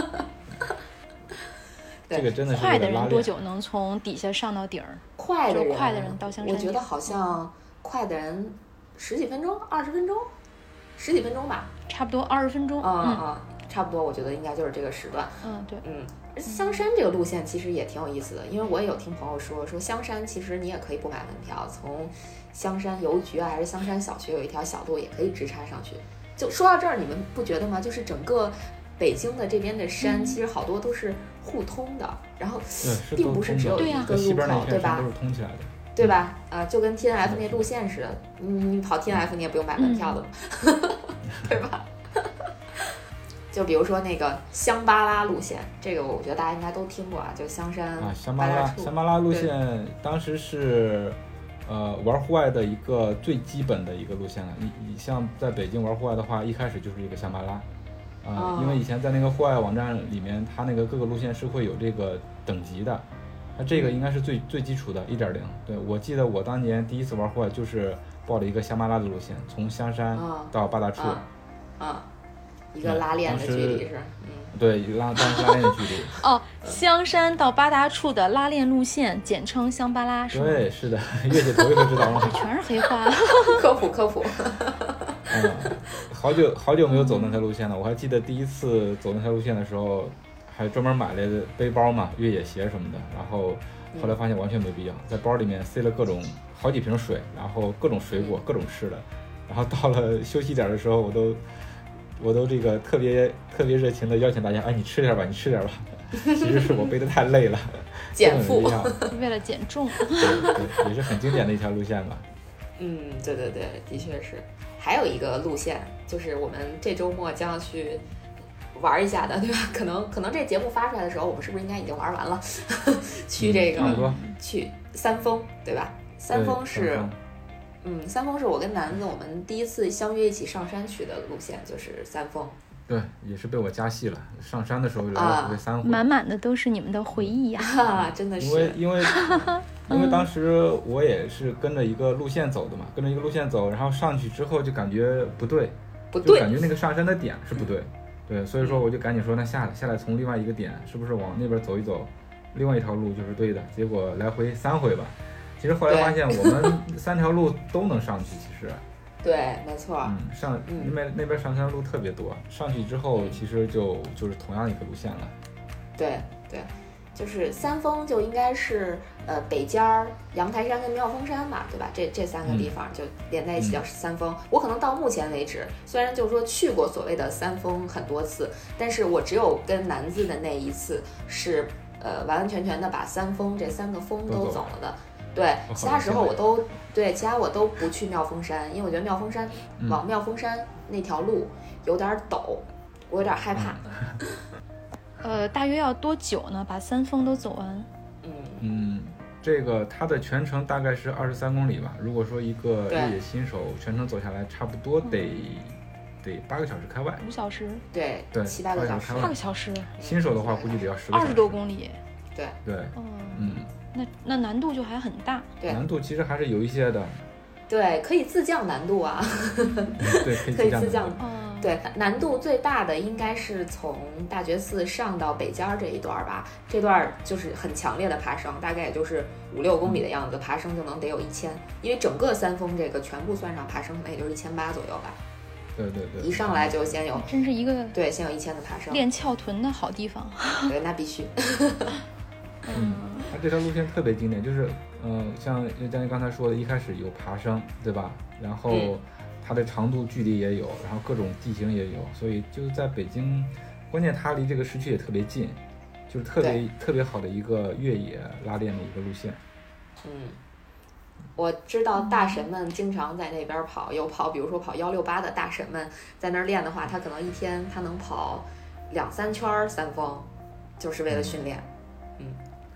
这个真的是快的人多久能从底下上到顶儿？ 快的人， 快的人到香山， 我觉得好像快的人十几分钟、二十分钟、十几分钟吧， 差不多二十分钟。 嗯嗯，嗯差不多，我觉得应该就是这个时段。 嗯，对， 嗯，香山这个路线其实也挺有意思的，因为我也有听朋友说，说香山其实你也可以不买门票，从香山邮局啊，还是香山小学有一条小路也可以直插上去。就说到这儿，你们不觉得吗？就是整个北京的这边的山，其实好多都是互通的，然后并不是只有一个路口，对吧？ 都是通起来的， 对吧？啊，就跟 T N F 那路线似的，你跑 T N F 你也不用买门票的嘛，对吧？就比如说那个香巴拉路线，这个我觉得大家应该都听过啊，就香山啊，香巴拉香巴拉路线当时是呃玩户外的一个最基本的一个路线了。你你像在北京玩户外的话，一开始就是一个香巴拉。啊、呃，因为以前在那个户外网站里面，它那个各个路线是会有这个等级的，它这个应该是最最基础的 一点零。对，我记得我当年第一次玩户外就是报了一个香巴拉的路线，从香山到八大处， 啊，啊一个拉练的距离是，嗯， 对，拉当时拉练的距离。 哦，香山到八大处的拉练路线，简称香巴拉，是吗？ 对，是的，月姐头一回知道了， 全是黑话， 科普科普。 嗯，好久好久没有走那条路线了。我还记得第一次走那条路线的时候，还专门买了背包嘛，越野鞋什么的。然后后来发现完全没必要，在包里面塞了各种好几瓶水，然后各种水果、各种吃的。然后到了休息点的时候，我都我都这个特别特别热情的邀请大家，哎，你吃点吧，你吃点吧。其实是我背得太累了， 减负， 为了减重。 对对，也是很经典的一条路线吧。 嗯，对对对，的确是。还有一个路线，就是我们这周末将要去玩一下的，对吧？可能可能这节目发出来的时候，我们是不是应该已经玩完了？去这个、 嗯、 去三峰，对吧？三峰是，嗯，三峰是我跟南子我们第一次相约一起上山去的路线，就是三峰。 对，也是被我加戏了。上山的时候来了回三回， 满满的都是你们的回忆呀、 啊啊！真的是， 因为因为因为当时我也是跟着一个路线走的嘛，跟着一个路线走，然后上去之后就感觉不对， 不对， 就感觉那个上山的点是不对，对，所以说我就赶紧说那下来下来从另外一个点是不是往那边走一走，另外一条路就是对的。结果来回三回吧，其实后来发现我们三条路都能上去，其实对，没错。 嗯，上那边那边上山路特别多，上去之后其实就就是同样一个路线了。 对对，就是三峰就应该是呃北尖儿、阳台山跟妙峰山嘛，对吧？这这三个地方就连在一起叫三峰。嗯、我可能到目前为止，虽然就是说去过所谓的三峰很多次，但是我只有跟南子的那一次是呃完完全全的把三峰这三个峰都走了的。对，其他时候我都对，其他我都不去妙峰山，因为我觉得妙峰山、嗯、往妙峰山那条路有点陡，我有点害怕。 嗯、 呃，大约要多久呢？把三峰都走完？ 嗯嗯，这个它的全程大概是二十三公里吧。如果说一个越野新手全程走下来，差不多得、嗯、得八个小时开外， 五小时， 对对， 七八个小时， 八个小时。 新手的话估计得要十个小时， 二十多公里。 对对， 嗯嗯。 那那难度就还很大， 对， 难度其实还是有一些的， 对，可以自降难度啊， 对， 可以自降， 嗯、 对，难度最大的应该是从大觉寺上到北尖这一段吧，这段就是很强烈的爬升，大概也就是五六公里的样子，爬升就能得有一千，因为整个三峰这个全部算上爬升，可能也就是一千八左右吧。 对对对， 一上来就先有， 真是一个对，先有一千的爬升， 练翘臀的好地方。 对，那必须。 嗯，它这条路线特别经典，就是，嗯、呃，像佳妮刚才说的，一开始有爬升，对吧？然后它的长度、距离也有，然后各种地形也有，所以就在北京，关键它离这个市区也特别近，就是特别特别好的一个越野拉练的一个路线。 嗯，我知道大神们经常在那边跑，有跑，比如说跑幺六八的大神们在那儿练的话，他可能一天他能跑两三圈三峰，就是为了训练。嗯。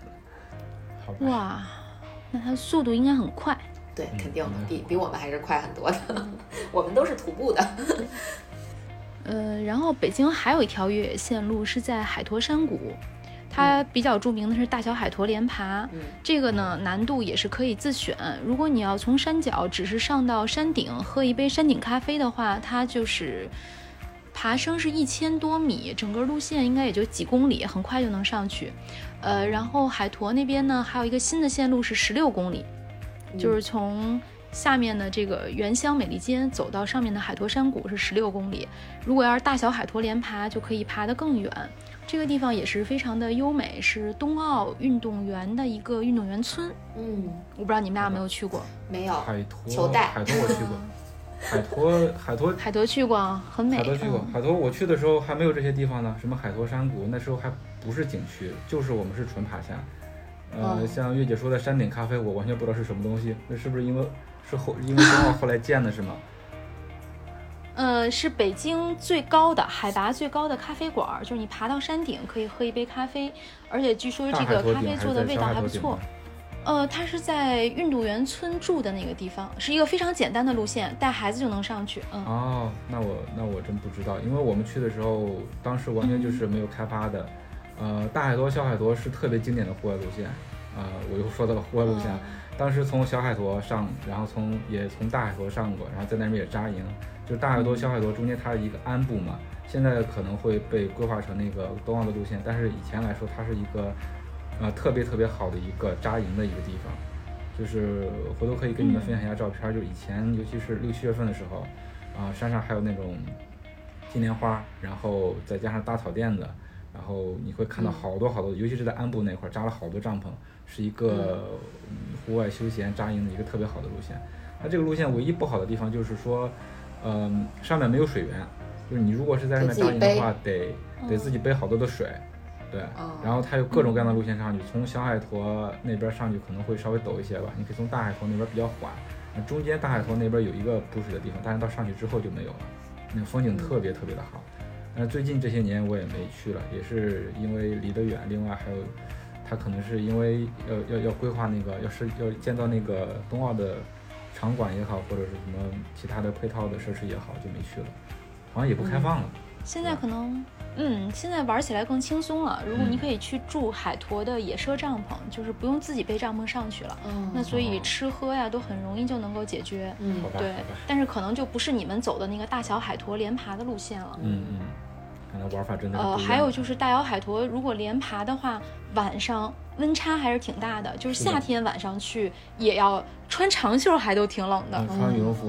哇，那它速度应该很快。 对，肯定的，比比我们还是快很多的。我们都是徒步的。 呃，然后北京还有一条越野线路是在海坨山谷，它比较著名的是大小海坨连爬。 嗯， 这个呢难度也是可以自选。如果你要从山脚只是上到山顶喝一杯山顶咖啡的话，它就是爬升是一千多米，整个路线应该也就几公里，很快就能上去。呃，然后海坨那边呢，还有一个新的线路是十六公里， 嗯、 就是从下面的这个原乡美利坚走到上面的海坨山谷是十六公里。如果要是大小海坨连爬，就可以爬得更远。这个地方也是非常的优美，是冬奥运动员的一个运动员村。 嗯， 我不知道你们俩有没有去过？ 没有。 海坨， 球带。 海坨我去过。海坨，海坨， 海坨去过，很美。 海坨去过， 嗯、 海坨我去的时候还没有这些地方呢，什么海坨山谷，那时候还不是景区，就是我们是纯爬山。呃， 嗯、 像月姐说的山顶咖啡，我完全不知道是什么东西，那是不是因为是后因为冬奥后来建的是吗？ 呃，是北京最高的海拔最高的咖啡馆，就是你爬到山顶可以喝一杯咖啡，而且据说这个咖啡做的味道还不错。呃，它是在运动员村住的那个地方，是一个非常简单的路线，带孩子就能上去。嗯， 哦，那我那我真不知道，因为我们去的时候，当时完全就是没有开发的。嗯、呃，大海坨、小海坨是特别经典的户外路线。啊、呃，我又说到了户外路线。嗯、当时从小海坨上，然后从也从大海坨上过，然后在那边也扎营。就是大海坨、小海坨中间它是一个鞍部嘛，现在可能会被规划成那个冬奥的路线，但是以前来说它是一个。呃，特别特别好的一个扎营的一个地方，就是回头可以跟你们分享一下照片。嗯、就以前，尤其是六七月份的时候，啊、呃，山上还有那种金莲花，然后再加上大草垫子，然后你会看到好多好多，嗯、尤其是在鞍部那块扎了好多帐篷，是一个户外休闲扎营的一个特别好的路线。它这个路线唯一不好的地方就是说，嗯、呃，上面没有水源，就是你如果是在上面扎营的话，得得自己背好多的水。对，然后它有各种各样的路线上去，从小海坨那边上去可能会稍微陡一些吧，你可以从大海坨那边比较缓，中间大海坨那边有一个补水的地方，但是到上去之后就没有了，那个风景特别特别的好。但是最近这些年我也没去了，也是因为离得远，另外还有它可能是因为要要要规划那个要是要建造那个冬奥的场馆也好，或者是什么其他的配套的设施也好，就没去了，好像也不开放了。 嗯、现在可能。嗯，现在玩起来更轻松了。如果你可以去住海坨的野奢帐篷，嗯、就是不用自己背帐篷上去了。嗯，那所以吃喝呀都很容易就能够解决。 嗯， 对。但是可能就不是你们走的那个大小海坨连爬的路线了。 嗯嗯，看来玩法真的是不一样。 呃，还有就是大小海坨，如果连爬的话，晚上温差还是挺大的。就是夏天晚上去也要穿长袖，还都挺冷的。 嗯、穿羽绒服。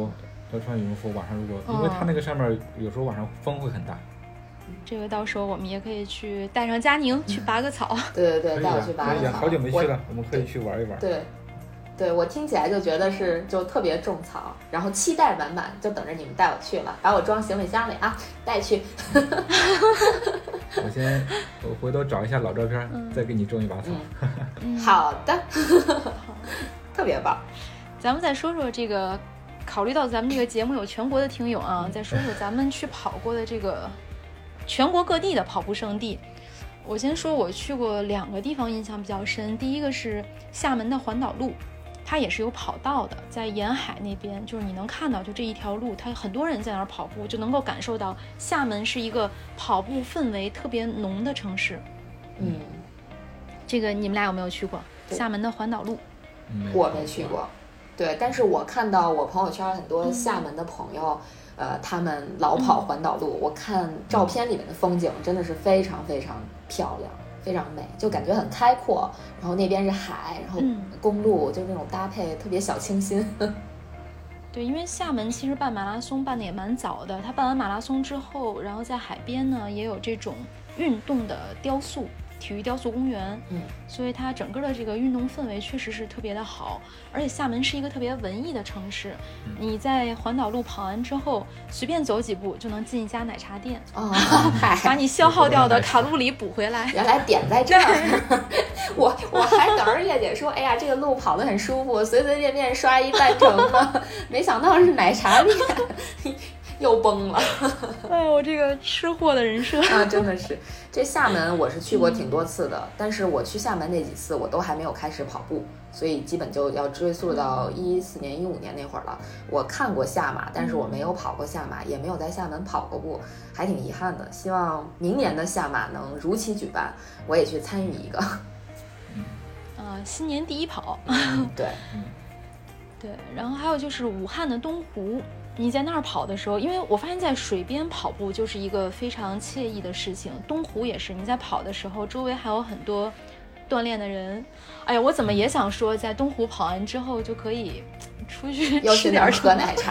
要穿羽绒服。晚上如果、嗯、因为它那个上面有时候晚上风会很大。 这个到时候我们也可以去带上佳宁去拔个草。 对对对，带我去拔个草。 好久没去了，我们可以去玩一玩。 对。对，我听起来就觉得是就特别种草，然后期待满满，就等着你们带我去了，把我装行李箱里啊，带去。 我先，我回头找一下老照片，嗯、再给你种一把草。 嗯、好的，特别棒。 咱们再说说这个，考虑到咱们这个节目有全国的听友啊，再说说咱们去跑过的这个全国各地的跑步圣地。我先说，我去过两个地方，印象比较深。第一个是厦门的环岛路。它也是有跑道的，在沿海那边，就是你能看到就这一条路，它很多人在那儿跑步，就能够感受到厦门是一个跑步氛围特别浓的城市。 嗯， 这个你们俩有没有去过厦门的环岛路？ 我没去过，对，但是我看到我朋友圈很多厦门的朋友，嗯、呃，他们老跑环岛路，嗯、我看照片里面的风景真的是非常非常漂亮。非常美，就感觉很开阔，然后那边是海，然后公路，嗯、就那种搭配特别小清新。 对，因为厦门其实办马拉松办的也蛮早的，他办完马拉松之后，然后在海边呢也有这种运动的雕塑。体育雕塑公园， 嗯， 所以它整个的这个运动氛围确实是特别的好，而且厦门是一个特别文艺的城市，嗯、你在环岛路跑完之后，随便走几步就能进一家奶茶店， 哦， 把你消耗掉的卡路里补回来。 原来点在这儿，我我还等着月姐说，哎呀，这个路跑得很舒服，随随便便刷一半程呢，没想到是奶茶店。又崩了。 哎呦，我这个吃货的人设啊，真的是。这厦门我是去过挺多次的，嗯、但是我去厦门那几次我都还没有开始跑步，所以基本就要追溯到一四年、一五年那会儿了。我看过厦马，但是我没有跑过厦马，也没有在厦门跑过步，还挺遗憾的。希望明年的厦马能如期举办，我也去参与一个。 啊，新年第一跑。 嗯、对， 嗯， 对。然后还有就是武汉的东湖。你在那儿跑的时候，因为我发现在水边跑步就是一个非常惬意的事情，东湖也是，你在跑的时候周围还有很多锻炼的人。哎呀，我怎么也想说在东湖跑完之后就可以出去吃点喝奶茶。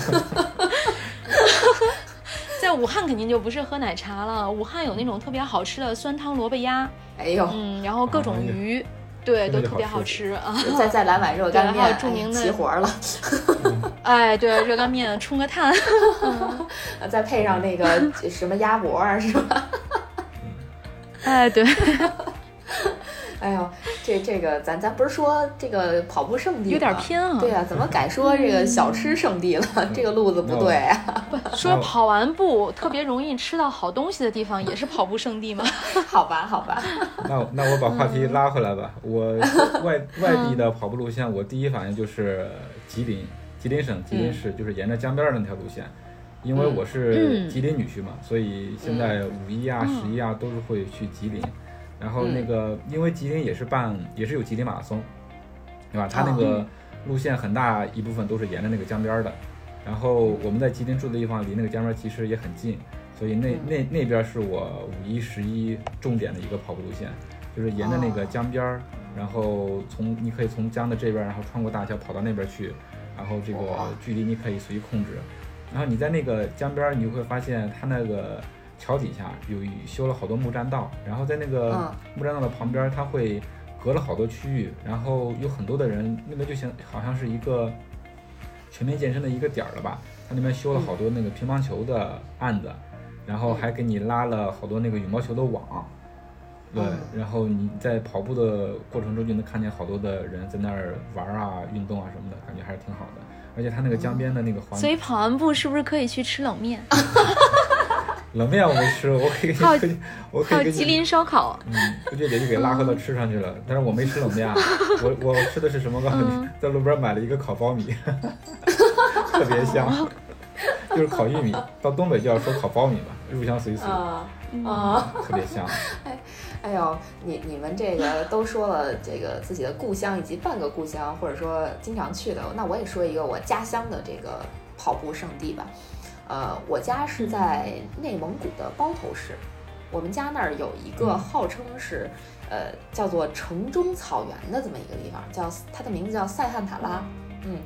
在武汉肯定就不是喝奶茶了，武汉有那种特别好吃的酸汤萝卜鸭， 哎呦， 嗯，然后各种鱼，哎、对，都特别好吃啊。 再再来碗热干面， 还有著名的齐活了。 哎，对，热干面冲个碳， 再配上那个什么鸭脖啊，是吧？ 哎，对。 哎呦，这这个咱咱不是说这个跑步圣地有点偏啊？ 对啊，怎么改说这个小吃圣地了？嗯、这个路子不对啊。 不说跑完步特别容易吃到好东西的地方，也是跑步圣地吗？ 好吧，好吧。 那那我把话题拉回来吧。嗯、我外外地的跑步路线，我第一反应就是吉林，吉林省吉林市，就是沿着江边的那条路线。嗯、因为我是吉林女婿嘛，嗯、所以现在五一啊、十一、嗯、啊都是会去吉林。然后那个，嗯、因为吉林也是办，也是有吉林马拉松，对吧？它那个路线很大一部分都是沿着那个江边的。然后我们在吉林住的地方离那个江边其实也很近，所以那那那边是我五一、十一重点的一个跑步路线，就是沿着那个江边，然后从你可以从江的这边，然后穿过大桥跑到那边去，然后这个距离你可以随意控制。然后你在那个江边，你会发现它那个桥底下有修了好多木栈道，然后在那个木栈道的旁边，它会隔了好多区域，然后有很多的人，那边就像好像是一个全面健身的一个点了吧。它那边修了好多那个乒乓球的案子，然后还给你拉了好多那个羽毛球的网，对，然后你在跑步的过程中就能看见好多的人在那儿玩啊、运动啊什么的，感觉还是挺好的。而且它那个江边的那个环境， 所以跑完步是不是可以去吃冷面？ 冷面我没吃，我可以给你推荐，我可以给你。 吉林烧烤。 嗯，不觉得就给拉回到吃上去了，但是我没吃冷面啊，我我吃的是什么？告诉你，嗯、在路边买了一个烤苞米，特别香，就是烤玉米。到东北就要说烤苞米嘛，入乡随俗啊啊， 特别香。 哎哎呦，你你们这个都说了这个自己的故乡以及半个故乡，或者说经常去的，那我也说一个我家乡的这个跑步圣地吧。呃，我家是在内蒙古的包头市，我们家那儿有一个号称是，呃，叫做城中草原的这么一个地方，叫它的名字叫塞罕塔拉，嗯，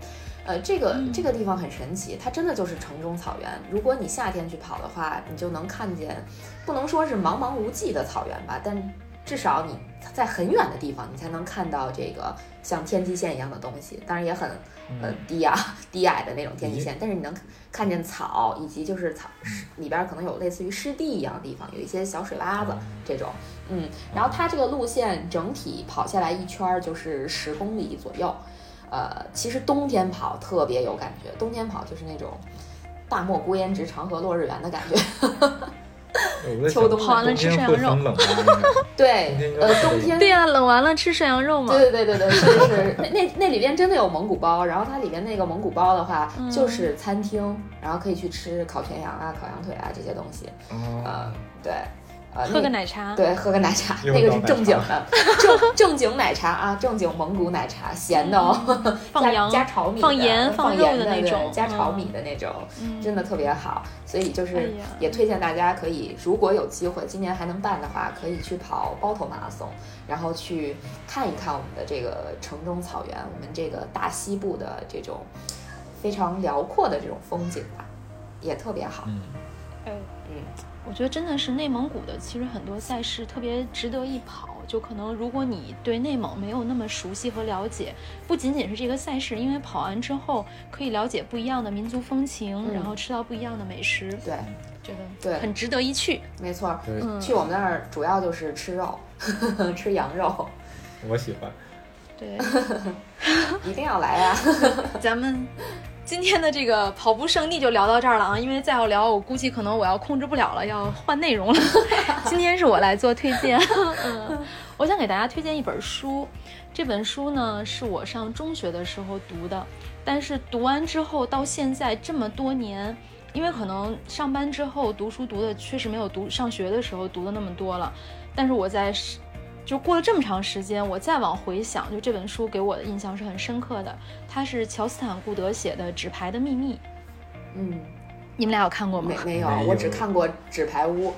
呃，这个、 嗯、 这个地方很神奇，它真的就是城中草原。如果你夏天去跑的话，你就能看见，不能说是茫茫无际的草原吧，但至少你在很远的地方，你才能看到这个像天际线一样的东西。当然也很呃低啊低矮的那种天际线，但是你能看见草，以及就是草里边可能有类似于湿地一样的地方，有一些小水洼子这种。嗯，然后它这个路线整体跑下来一圈就是十公里左右。呃，其实冬天跑特别有感觉，冬天跑就是那种大漠孤烟直，长河落日圆的感觉。秋冬跑完了吃涮羊肉， 对，呃，冬天对呀、啊，冷完了吃涮羊肉嘛。 对对对对对，是是，那那那里边真的有蒙古包，然后它里边那个蒙古包的话， 嗯、 就是餐厅，然后可以去吃烤全羊啊、烤羊腿啊这些东西。 哦、 呃，对。呃， 喝个奶茶， 对，喝个奶茶，那个是正经的，正正经奶茶啊，正经蒙古奶茶，咸的哦， 放羊加炒米的， 放盐放肉的那种， 加炒米的那种， 嗯、 真的特别好。所以就是也推荐大家可以，如果有机会，今年还能办的话，可以去跑包头马拉松，然后去看一看我们的这个城中草原，我们这个大西部的这种非常辽阔的这种风景吧，也特别好。 嗯， 嗯。我觉得真的是内蒙古的，其实很多赛事特别值得一跑。就可能如果你对内蒙没有那么熟悉和了解，不仅仅是这个赛事，因为跑完之后可以了解不一样的民族风情，嗯、然后吃到不一样的美食。 对， 觉得对很值得一去。 没错， 嗯、 去我们那儿主要就是吃肉，吃羊肉。 我喜欢。 对， 一定要来啊！ 咱们。今天的这个跑步圣地就聊到这儿了啊，因为再要聊，我估计可能我要控制不了了，要换内容了。今天是我来做推荐，嗯，我想给大家推荐一本书。这本书呢是我上中学的时候读的，但是读完之后到现在这么多年，因为可能上班之后读书读的确实没有读上学的时候读的那么多了，但是我在就过了这么长时间，我再往回想，就这本书给我的印象是很深刻的。它是乔斯坦·顾德写的《纸牌的秘密》。 嗯， 你们俩有看过吗？ 没没有，我只看过《纸牌屋》。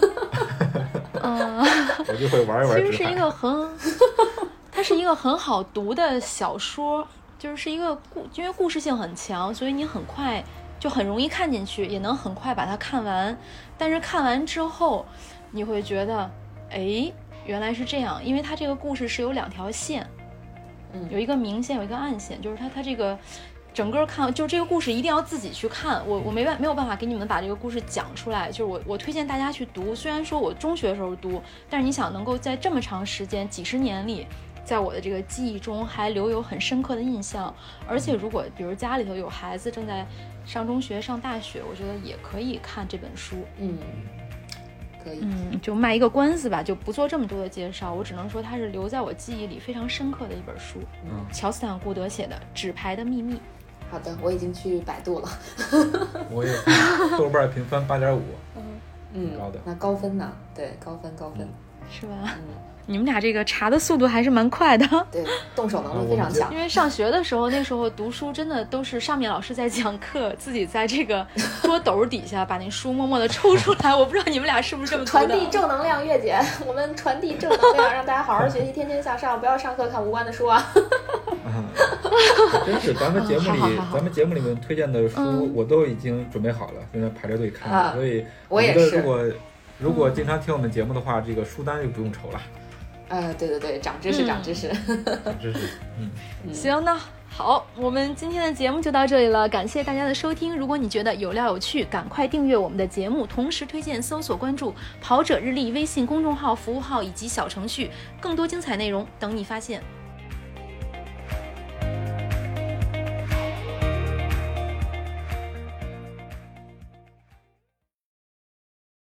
嗯， 我就会玩一玩。 其实是一个很，它是一个很好读的小说，就是一个故，因为故事性很强，所以你很快就很容易看进去，也能很快把它看完。但是看完之后，你会觉得，哎。原来是这样，因为它这个故事是有两条线， 嗯， 有一个明线，有一个暗线，就是它它这个整个看，就是这个故事一定要自己去看，我我没办没有办法给你们把这个故事讲出来，就是我我推荐大家去读。虽然说我中学的时候读，但是你想能够在这么长时间几十年里，在我的这个记忆中还留有很深刻的印象，而且如果比如家里头有孩子正在上中学上大学，我觉得也可以看这本书。 嗯。 嗯，就卖一个关子吧，就不做这么多的介绍。我只能说，它是留在我记忆里非常深刻的一本书。 嗯， 乔斯坦·顾德写的《纸牌的秘密》。 好的，我已经去百度了。 我也豆瓣评分八点五， 嗯， 高的。 那高分呢？对，高分高分， 嗯、是吧？ 嗯。 你们俩这个查的速度还是蛮快的， 对，动手能力非常强。 因为上学的时候，那时候读书真的都是上面老师在讲课，自己在这个桌斗底下把那书默默的抽出来。我不知道你们俩是不是这么读的。 传递正能量，月姐，我们传递正能量，让大家好好学习，天天向上，不要上课看无关的书啊。 真是，咱们节目里， 嗯、好好好咱们节目里面推荐的书， 嗯、 我都已经准备好了，现在排着队看。 啊、 所以我也是。 如果如果经常听我们节目的话，这个书单就不用愁了。 呃，对对对，长知识， 嗯、 长知识， 长知识。嗯， 行，那好，我们今天的节目就到这里了，感谢大家的收听。如果你觉得有料有趣，赶快订阅我们的节目，同时推荐、搜索、关注“跑者日历”微信公众号、服务号以及小程序，更多精彩内容等你发现。